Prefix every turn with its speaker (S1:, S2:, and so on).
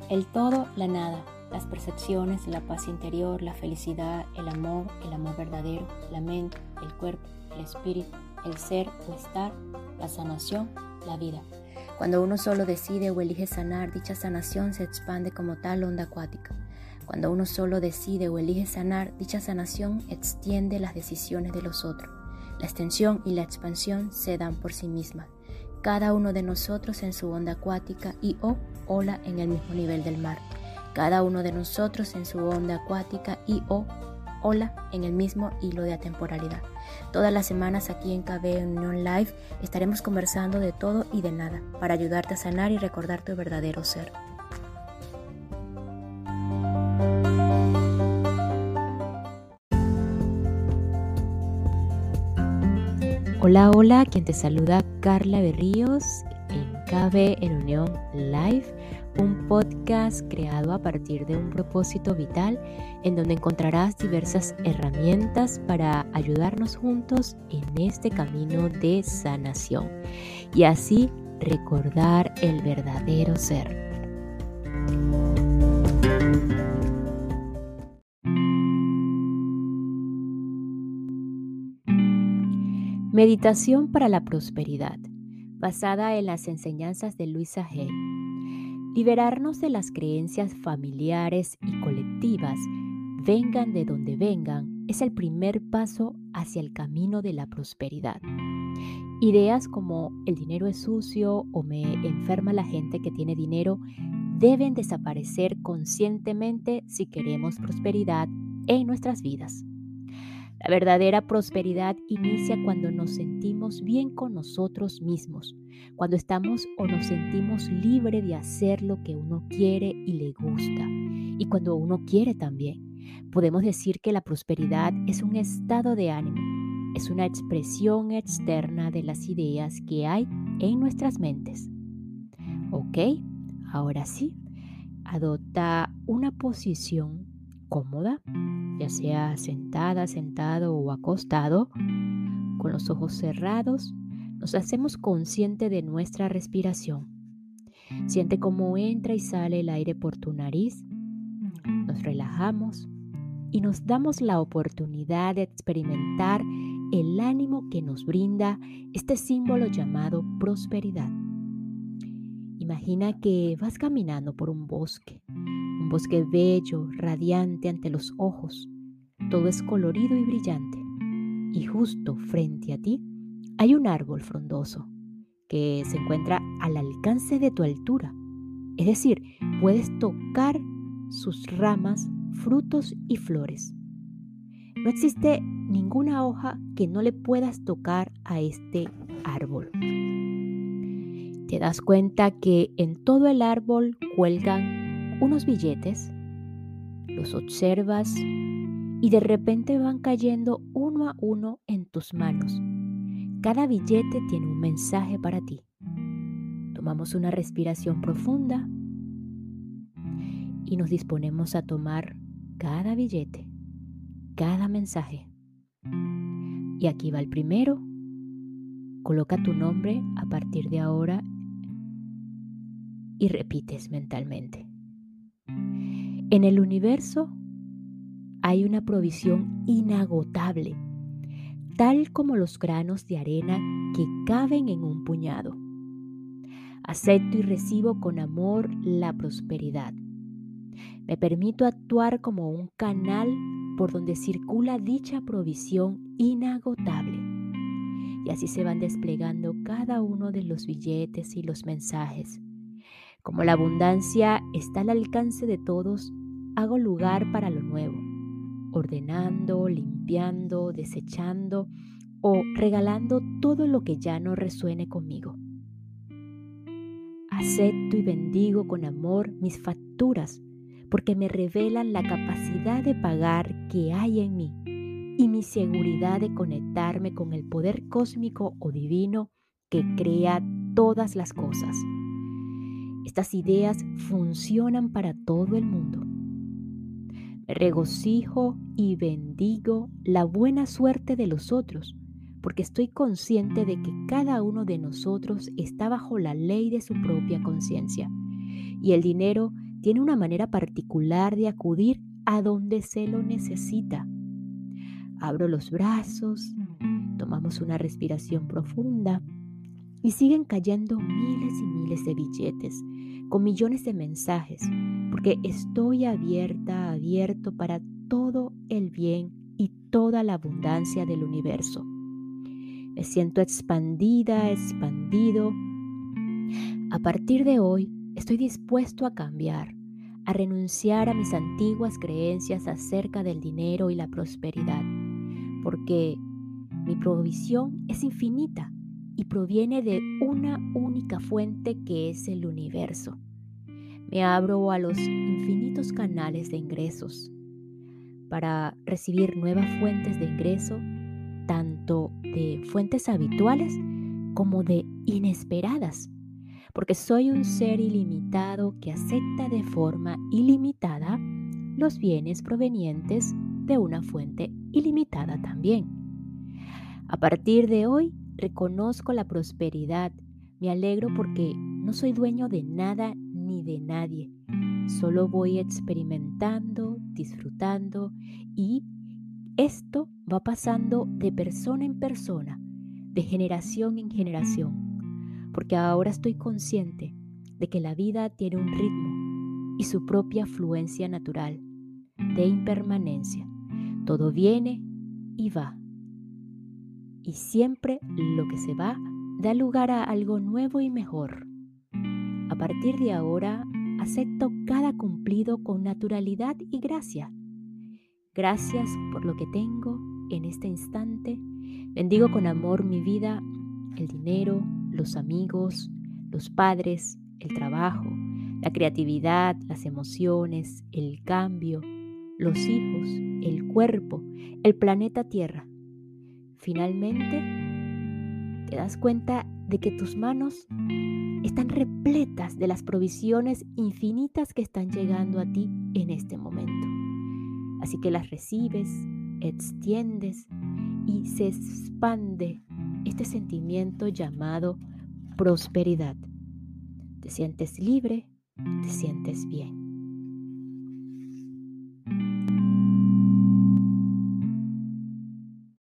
S1: El todo, la nada, las percepciones, la paz interior, la felicidad, el amor verdadero, la mente, el cuerpo, el espíritu, el ser o estar, la sanación, la vida. Cuando uno solo decide o elige sanar, dicha sanación se expande como tal onda acuática. Cuando uno solo decide o elige sanar, dicha sanación extiende las decisiones de los otros. La extensión y la expansión se dan por sí mismas. Cada uno de nosotros en su onda acuática y o ola en el mismo nivel del mar. Cada uno de nosotros en su onda acuática y o ola en el mismo hilo de atemporalidad. Todas las semanas aquí en KB Unión Live estaremos conversando de todo y de nada para ayudarte a sanar y recordar tu verdadero ser. Hola, quien te saluda Carla Berríos en KB en Unión Live, un podcast creado a partir de un propósito vital en donde encontrarás diversas herramientas para ayudarnos juntos en este camino de sanación y así recordar el verdadero ser. Meditación para la prosperidad, basada en las enseñanzas de Louise Hay. Liberarnos de las creencias familiares y colectivas, vengan de donde vengan, es el primer paso hacia el camino de la prosperidad. Ideas como el dinero es sucio o me enferma la gente que tiene dinero deben desaparecer conscientemente si queremos prosperidad en nuestras vidas. La verdadera prosperidad inicia cuando nos sentimos bien con nosotros mismos, cuando estamos o nos sentimos libres de hacer lo que uno quiere y le gusta, y cuando uno quiere también. Podemos decir que la prosperidad es un estado de ánimo, es una expresión externa de las ideas que hay en nuestras mentes. ¿Ok? Ahora sí, adopta una posición cómoda, ya sea sentada, sentado o acostado, con los ojos cerrados, nos hacemos conscientes de nuestra respiración. Siente cómo entra y sale el aire por tu nariz, nos relajamos y nos damos la oportunidad de experimentar el ánimo que nos brinda este símbolo llamado prosperidad. Imagina que vas caminando por un bosque bello, radiante ante los ojos. Todo es colorido y brillante. Y justo frente a ti hay un árbol frondoso que se encuentra al alcance de tu altura. Es decir, puedes tocar sus ramas, frutos y flores. No existe ninguna hoja que no le puedas tocar a este árbol. Te das cuenta que en todo el árbol cuelgan unos billetes, los observas y de repente van cayendo uno a uno en tus manos. Cada billete tiene un mensaje para ti. Tomamos una respiración profunda y nos disponemos a tomar cada billete, cada mensaje. Y aquí va el primero. Coloca tu nombre a partir de ahora y repites mentalmente. En el universo hay una provisión inagotable, tal como los granos de arena que caben en un puñado. Acepto y recibo con amor la prosperidad. Me permito actuar como un canal por donde circula dicha provisión inagotable. Y así se van desplegando cada uno de los billetes y los mensajes. Como la abundancia está al alcance de todos, hago lugar para lo nuevo, ordenando, limpiando, desechando o regalando todo lo que ya no resuene conmigo. Acepto y bendigo con amor mis facturas porque me revelan la capacidad de pagar que hay en mí y mi seguridad de conectarme con el poder cósmico o divino que crea todas las cosas. Estas ideas funcionan para todo el mundo. Me regocijo y bendigo la buena suerte de los otros, porque estoy consciente de que cada uno de nosotros está bajo la ley de su propia conciencia, y el dinero tiene una manera particular de acudir a donde se lo necesita. Abro los brazos, tomamos una respiración profunda y siguen cayendo miles y miles de billetes con millones de mensajes, porque estoy abierto para todo el bien y toda la abundancia del universo. Me siento expandida, expandido. A partir de hoy, estoy dispuesto a cambiar, a renunciar a mis antiguas creencias acerca del dinero y la prosperidad, porque mi provisión es infinita y proviene de una única fuente que es el universo. Me abro a los infinitos canales de ingresos para recibir nuevas fuentes de ingreso, tanto de fuentes habituales como de inesperadas, porque soy un ser ilimitado que acepta de forma ilimitada los bienes provenientes de una fuente ilimitada también. A partir de hoy, reconozco la prosperidad. Me alegro porque no soy dueño de nada ni de nadie. Solo voy experimentando, disfrutando y esto va pasando de persona en persona, de generación en generación, porque ahora estoy consciente de que la vida tiene un ritmo y su propia fluencia natural, de impermanencia. Todo viene y va. Y siempre lo que se va da lugar a algo nuevo y mejor. A partir de ahora, acepto cada cumplido con naturalidad y gracia. Gracias por lo que tengo en este instante. Bendigo con amor mi vida, el dinero, los amigos, los padres, el trabajo, la creatividad, las emociones, el cambio, los hijos, el cuerpo, el planeta Tierra. Finalmente, te das cuenta de que tus manos están repletas de las provisiones infinitas que están llegando a ti en este momento. Así que las recibes, extiendes y se expande este sentimiento llamado prosperidad. Te sientes libre, te sientes bien.